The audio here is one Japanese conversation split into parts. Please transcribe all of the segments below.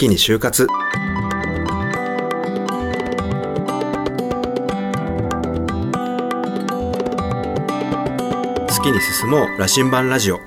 きに就活。好きに進もう羅針盤ラジオ。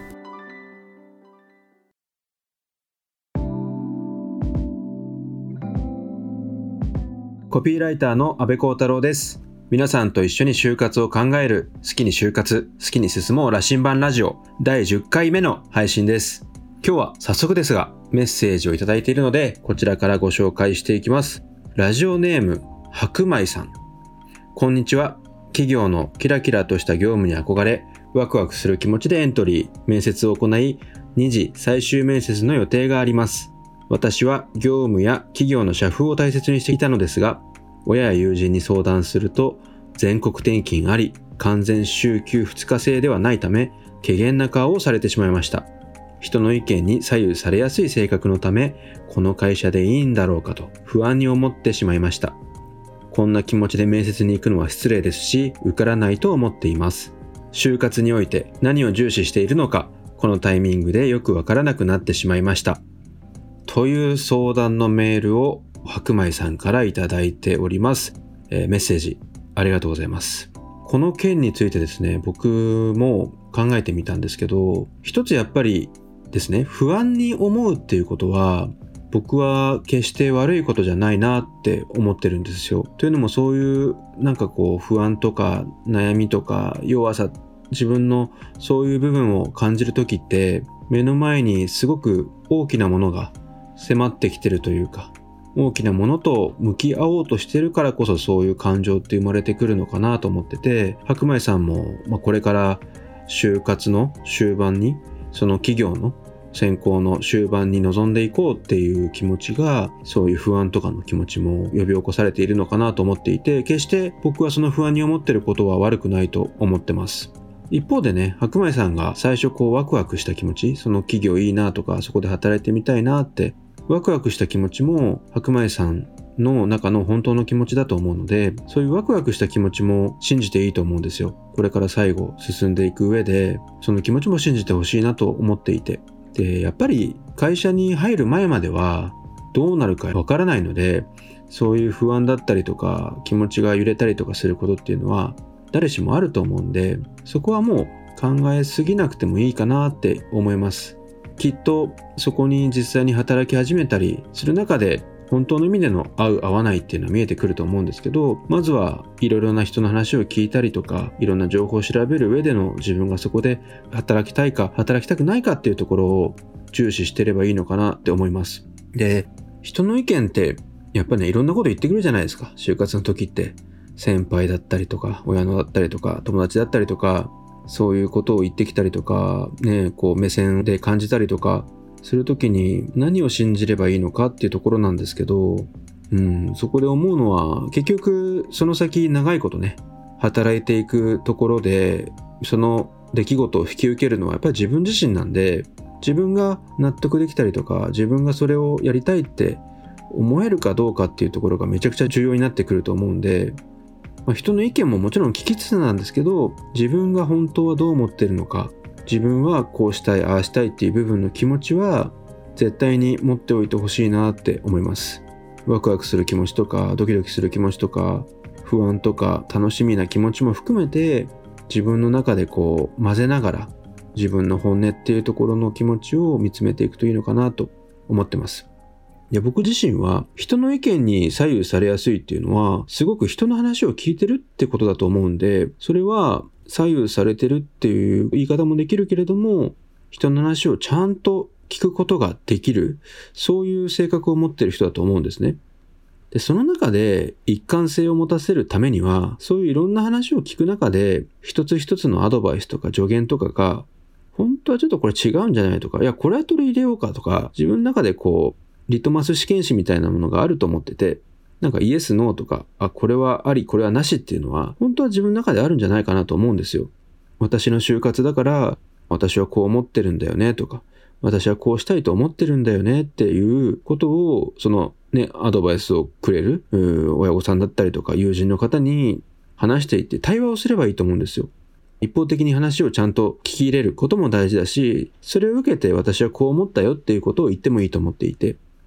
コピーライターの阿部光太郎です。皆さんと一緒に就活を考える好きに就活、好きに進もう羅針盤ラジオ第10回目の配信です。今日は早速ですがメッセージをいただいているので、こちらからご紹介していきます。ラジオネーム白米さん。こんにちは。企業のキラキラとした業務に憧れ、ワクワクする気持ちでエントリー、面接を行い、2次最終面接の予定があります。私は業務や企業の社風を大切にしていたのですが、親や友人に相談すると、全国転勤あり、完全週休2日制ではないため、怪訝な顔をされてしまいました。人の意見に左右されやすい性格のため、この会社でいいんだろうかと不安に思ってしまいました。こんな気持ちで面接に行くのは失礼ですし、受からないと思っています。就活において何を重視しているのか、このタイミングでよくわからなくなってしまいました。という相談のメールを白米さんからいただいております。メッセージありがとうございます。この件についてですね、僕も考えてみたんですけど、一つやっぱりですね、不安に思うっていうことは、僕は決して悪いことじゃないなって思ってるんですよ。というのもそういう不安とか悩みとか弱さ、自分のそういう部分を感じるときって、目の前にすごく大きなものが迫ってきてるというか、大きなものと向き合おうとしてるからこそそういう感情って生まれてくるのかなと思ってて、白米さんも、これから就活の終盤に、その企業の選考の終盤に臨んでいこうっていう気持ちが、そういう不安とかの気持ちも呼び起こされているのかなと思っていて、決して僕はその不安に思ってることは悪くないと思ってます。一方でね、白米さんが最初ワクワクした気持ち、その企業いいなとか、そこで働いてみたいなってワクワクした気持ちも白米さんの中の本当の気持ちだと思うので、そういうワクワクした気持ちも信じていいと思うんですよ。これから最後進んでいく上で、その気持ちも信じてほしいなと思っていて、で、やっぱり会社に入る前まではどうなるかわからないので、そういう不安だったりとか気持ちが揺れたりとかすることっていうのは誰しもあると思うんで、そこはもう考えすぎなくてもいいかなって思います。きっとそこに実際に働き始めたりする中で本当の意味での合う合わないっていうのは見えてくると思うんですけど、まずはいろいろな人の話を聞いたりとか、いろんな情報を調べる上での自分がそこで働きたいか働きたくないかっていうところを重視してればいいのかなって思います。で、人の意見ってやっぱりね、いろんなこと言ってくるじゃないですか。就活の時って先輩だったりとか親のだったりとか友達だったりとか、そういうことを言ってきたりとかね、目線で感じたりとかするときに何を信じればいいのかっていうところなんですけど、そこで思うのは、結局その先長いことね働いていくところで、その出来事を引き受けるのはやっぱり自分自身なんで、自分が納得できたりとか、自分がそれをやりたいって思えるかどうかっていうところがめちゃくちゃ重要になってくると思うんで、人の意見ももちろん聞きつつなんですけど、自分が本当はどう思ってるのか、自分はこうしたいああしたいっていう部分の気持ちは絶対に持っておいてほしいなって思います。ワクワクする気持ちとかドキドキする気持ちとか不安とか楽しみな気持ちも含めて、自分の中で混ぜながら自分の本音っていうところの気持ちを見つめていくといいのかなと思ってます。僕自身は人の意見に左右されやすいっていうのは、すごく人の話を聞いてるってことだと思うんで、それは左右されてるっていう言い方もできるけれども、人の話をちゃんと聞くことができる、そういう性格を持ってる人だと思うんですね。で、その中で一貫性を持たせるためには、そういういろんな話を聞く中で、一つ一つのアドバイスとか助言とかが、本当はちょっとこれ違うんじゃないとか、いやこれは取り入れようかとか、自分の中でリトマス試験紙みたいなものがあると思ってて、イエスノーとか、これはありこれはなしっていうのは本当は自分の中であるんじゃないかなと思うんですよ。私の就活だから私はこう思ってるんだよねとか、私はこうしたいと思ってるんだよねっていうことを、アドバイスをくれる親御さんだったりとか友人の方に話していって対話をすればいいと思うんですよ。一方的に話をちゃんと聞き入れることも大事だし、それを受けて私はこう思ったよっていうことを言ってもいいと思っていて、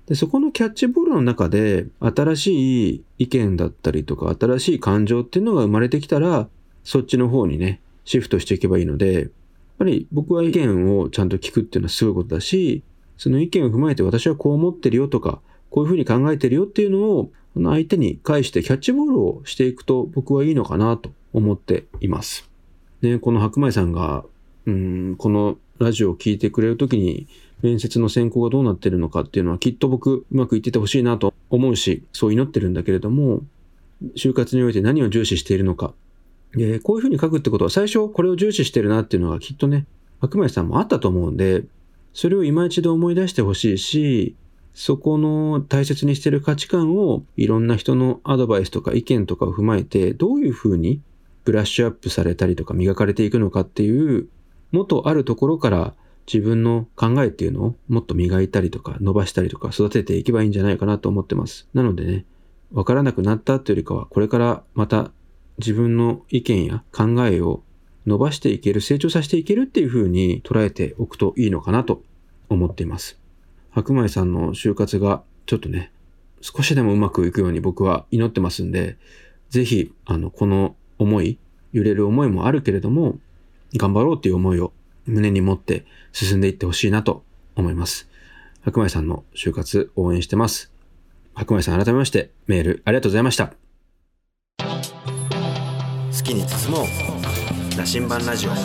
で、そこのキャッチボールの中で新しい意見だったりとか新しい感情っていうのが生まれてきたら、そっちの方にね、シフトしていけばいいので、やっぱり僕は意見をちゃんと聞くっていうのはすごいことだし、その意見を踏まえて私はこう思ってるよとか、こういうふうに考えてるよっていうのを相手に返してキャッチボールをしていくと僕はいいのかなと思っています。ね、この白米さんが、このラジオを聞いてくれるときに面接の選考がどうなってるのかっていうのはきっと僕うまくいっててほしいなと思うし、そう祈ってるんだけれども、就活において何を重視しているのか。で、こういうふうに書くってことは最初これを重視してるなっていうのがきっとね、白米さんもあったと思うんで、それを今一度思い出してほしいし、そこの大切にしている価値観をいろんな人のアドバイスとか意見とかを踏まえてどういうふうにブラッシュアップされたりとか磨かれていくのかっていう元あるところから自分の考えっていうのをもっと磨いたりとか伸ばしたりとか育てていけばいいんじゃないかなと思ってます。なのでね、わからなくなったっていうよりかはこれからまた自分の意見や考えを伸ばしていける、成長させていけるっていう風に捉えておくといいのかなと思っています。白米さんの就活がちょっとね、少しでもうまくいくように僕は祈ってますんで、ぜひ、この思い、揺れる思いもあるけれども、頑張ろうっていう思いを胸に持って進んでいってほしいなと思います。白米さんの就活応援してます。白米さん改めましてメールありがとうございました。好きに進もう。羅針盤ラジオ。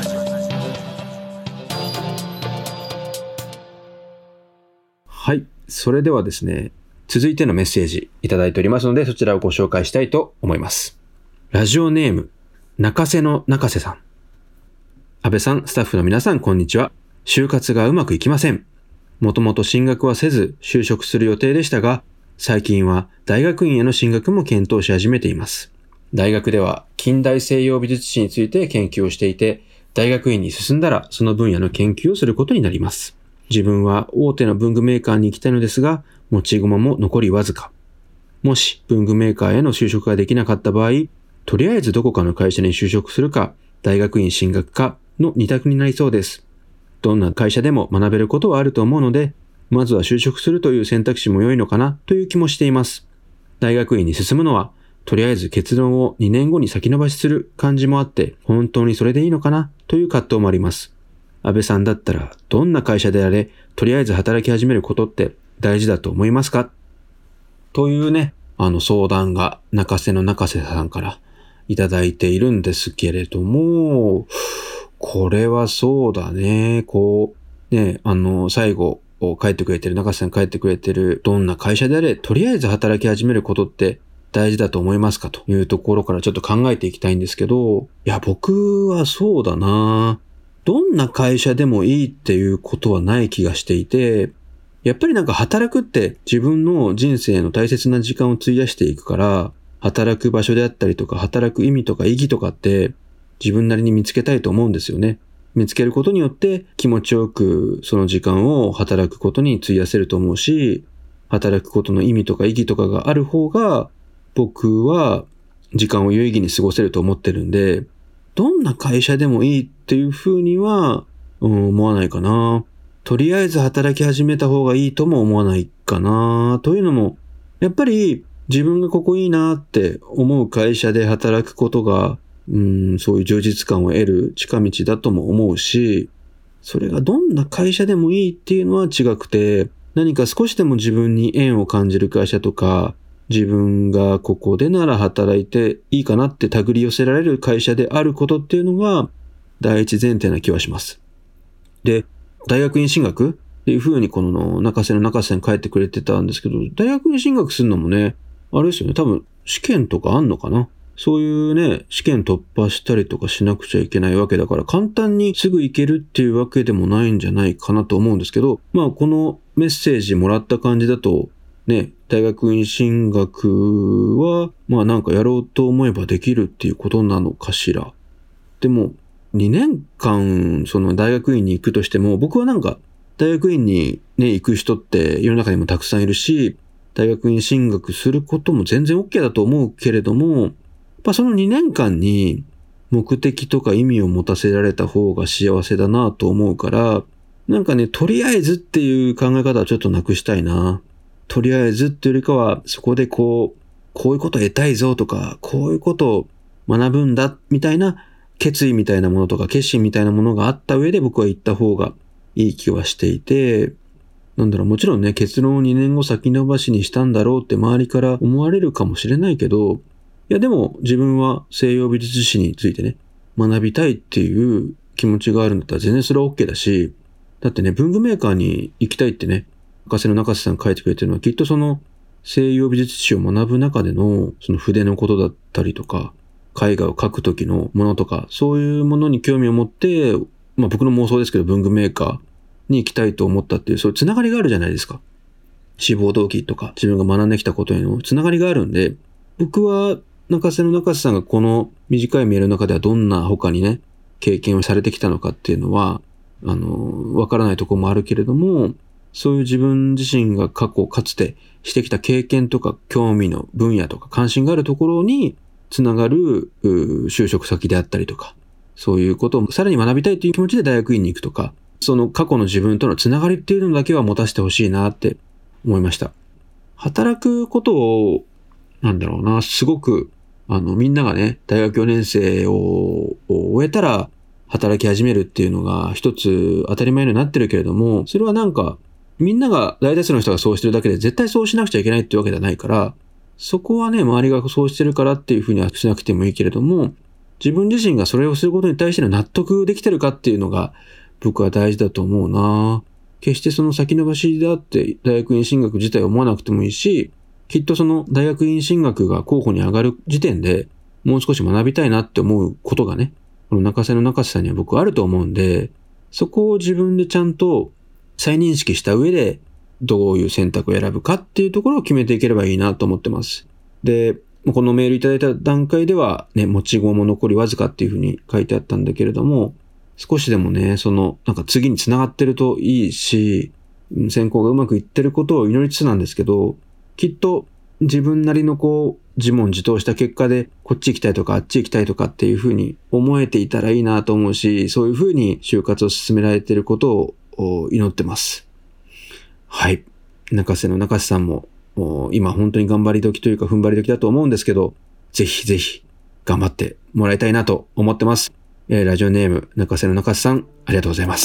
はい。それではですね、続いてのメッセージいただいておりますので、そちらをご紹介したいと思います。ラジオネーム、中瀬の中瀬さん。安倍さん、スタッフの皆さん、こんにちは。就活がうまくいきません。もともと進学はせず、就職する予定でしたが、最近は大学院への進学も検討し始めています。大学では近代西洋美術史について研究をしていて、大学院に進んだらその分野の研究をすることになります。自分は大手の文具メーカーに行きたいのですが、持ち駒も残りわずか。もし文具メーカーへの就職ができなかった場合、とりあえずどこかの会社に就職するか、大学院進学かの二択になりそうです。どんな会社でも学べることはあると思うので、まずは就職するという選択肢も良いのかなという気もしています。大学院に進むのは、とりあえず結論を2年後に先延ばしする感じもあって、本当にそれでいいのかなという葛藤もあります。安倍さんだったら、どんな会社であれ、とりあえず働き始めることって大事だと思いますか？というね、相談が中瀬の中瀬さんからいただいているんですけれども、これはそうだね、最後を書いてくれてる、中瀬さん書いてくれてる、どんな会社であれ、とりあえず働き始めることって大事だと思いますかというところからちょっと考えていきたいんですけど、いや、僕はそうだな。どんな会社でもいいっていうことはない気がしていて、やっぱりなんか働くって自分の人生の大切な時間を費やしていくから、働く場所であったりとか、働く意味とか意義とかって自分なりに見つけたいと思うんですよね。見つけることによって気持ちよくその時間を働くことに費やせると思うし、働くことの意味とか意義とかがある方が僕は時間を有意義に過ごせると思ってるんで、どんな会社でもいいっていうふうには、思わないかな。とりあえず働き始めた方がいいとも思わないかな。というのも、やっぱり自分がここいいなって思う会社で働くことが、そういう充実感を得る近道だとも思うし、それがどんな会社でもいいっていうのは違くて、何か少しでも自分に縁を感じる会社とか、自分がここでなら働いていいかなって手繰り寄せられる会社であることっていうのが第一前提な気はします。で、大学院進学っていう風にこの中瀬の中瀬に書いてくれてたんですけど、大学院進学するのもね、あれですよね、多分試験とかあんのかな？そういうね、試験突破したりとかしなくちゃいけないわけだから、簡単にすぐ行けるっていうわけでもないんじゃないかなと思うんですけど、まあこのメッセージもらった感じだと、ね、大学院進学は、まあなんかやろうと思えばできるっていうことなのかしら。でも、2年間、その大学院に行くとしても、僕はなんか、大学院にね、行く人って世の中にもたくさんいるし、大学院進学することも全然 OK だと思うけれども、やっぱその2年間に目的とか意味を持たせられた方が幸せだなと思うから、なんかね、とりあえずっていう考え方はちょっとなくしたいな。 とりあえずっていうよりかは、そこでこういうことを得たいぞとか、こういうことを学ぶんだみたいな決意みたいなものとか決心みたいなものがあった上で僕は行った方がいい気はしていて、もちろんね、結論を2年後先延ばしにしたんだろうって周りから思われるかもしれないけど、いやでも自分は西洋美術史についてね、学びたいっていう気持ちがあるんだったら全然それは OK だし、だってね、文具メーカーに行きたいってね、博士の中瀬さん書いてくれてるのはきっとその西洋美術史を学ぶ中でのその筆のことだったりとか、絵画を描く時のものとか、そういうものに興味を持って、僕の妄想ですけど文具メーカーに行きたいと思ったっていう、そういうつながりがあるじゃないですか。志望動機とか自分が学んできたことへのつながりがあるんで、僕は中瀬の中瀬さんがこの短いメールの中ではどんな他にね、経験をされてきたのかっていうのは、わからないところもあるけれども、そういう自分自身が過去かつてしてきた経験とか興味の分野とか関心があるところにつながる就職先であったりとか、そういうことをさらに学びたいという気持ちで大学院に行くとか、その過去の自分とのつながりっていうのだけは持たせてほしいなって思いました。働くことを、すごく、みんながね、大学4年生を終えたら働き始めるっていうのが一つ当たり前になってるけれども、それはみんなが大多数の人がそうしてるだけで絶対そうしなくちゃいけないっていうわけではないから、そこはね、周りがそうしてるからっていうふうにはしなくてもいいけれども、自分自身がそれをすることに対しての納得できてるかっていうのが僕は大事だと思うな。決してその先延ばしであって大学院進学自体思わなくてもいいし、きっとその大学院進学が候補に上がる時点でもう少し学びたいなって思うことがね、この中瀬の中瀬さんには僕はあると思うんで、そこを自分でちゃんと再認識した上でどういう選択を選ぶかっていうところを決めていければいいなと思ってます。で、このメールいただいた段階ではね、持ち後も残りわずかっていうふうに書いてあったんだけれども、少しでもね、次に繋がってるといいし、選考がうまくいってることを祈りつつなんですけど、きっと自分なりの自問自答した結果で、こっち行きたいとかあっち行きたいとかっていうふうに思えていたらいいなと思うし、そういうふうに就活を進められていることを祈ってます。はい。中瀬の中瀬さんも、今本当に頑張り時というか踏ん張り時だと思うんですけど、ぜひぜひ頑張ってもらいたいなと思ってます。ラジオネーム中瀬の中瀬さん、ありがとうございます。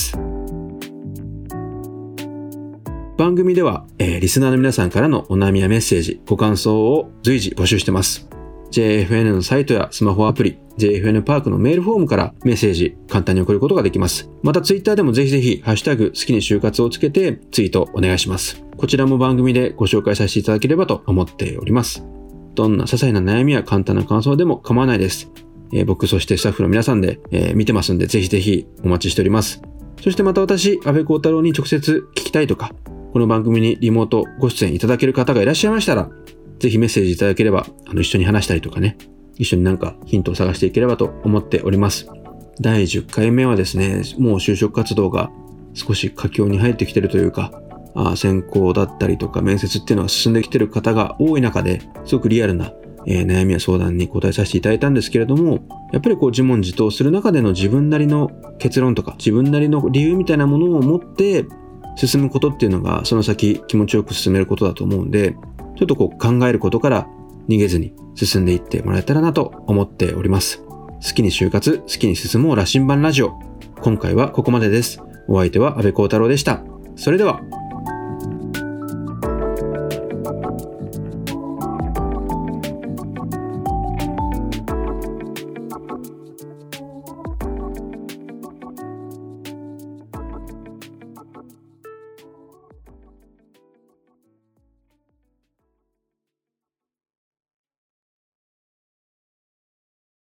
番組では、リスナーの皆さんからのお悩みやメッセージ、ご感想を随時募集してます。JFN のサイトやスマホアプリ、JFN パークのメールフォームからメッセージ簡単に送ることができます。またツイッターでもぜひぜひハッシュタグ好きに就活をつけてツイートお願いします。こちらも番組でご紹介させていただければと思っております。どんな些細な悩みや簡単な感想でも構わないです。僕そしてスタッフの皆さんで、見てますんでぜひぜひお待ちしております。そしてまた私、安部孝太郎に直接聞きたいとか、この番組にリモートご出演いただける方がいらっしゃいましたら、ぜひメッセージいただければ、一緒に話したりとかね、一緒にヒントを探していければと思っております。第10回目はですね、もう就職活動が少し佳境に入ってきてるというか、選考だったりとか面接っていうのが進んできてる方が多い中で、すごくリアルな、悩みや相談に答えさせていただいたんですけれども、やっぱり自問自答する中での自分なりの結論とか、自分なりの理由みたいなものを持って進むことっていうのが、その先気持ちよく進めることだと思うんで、ちょっと考えることから逃げずに進んでいってもらえたらなと思っております。好きに就活、好きに進もう羅針盤ラジオ。今回はここまでです。お相手は安部孝太郎でした。それでは。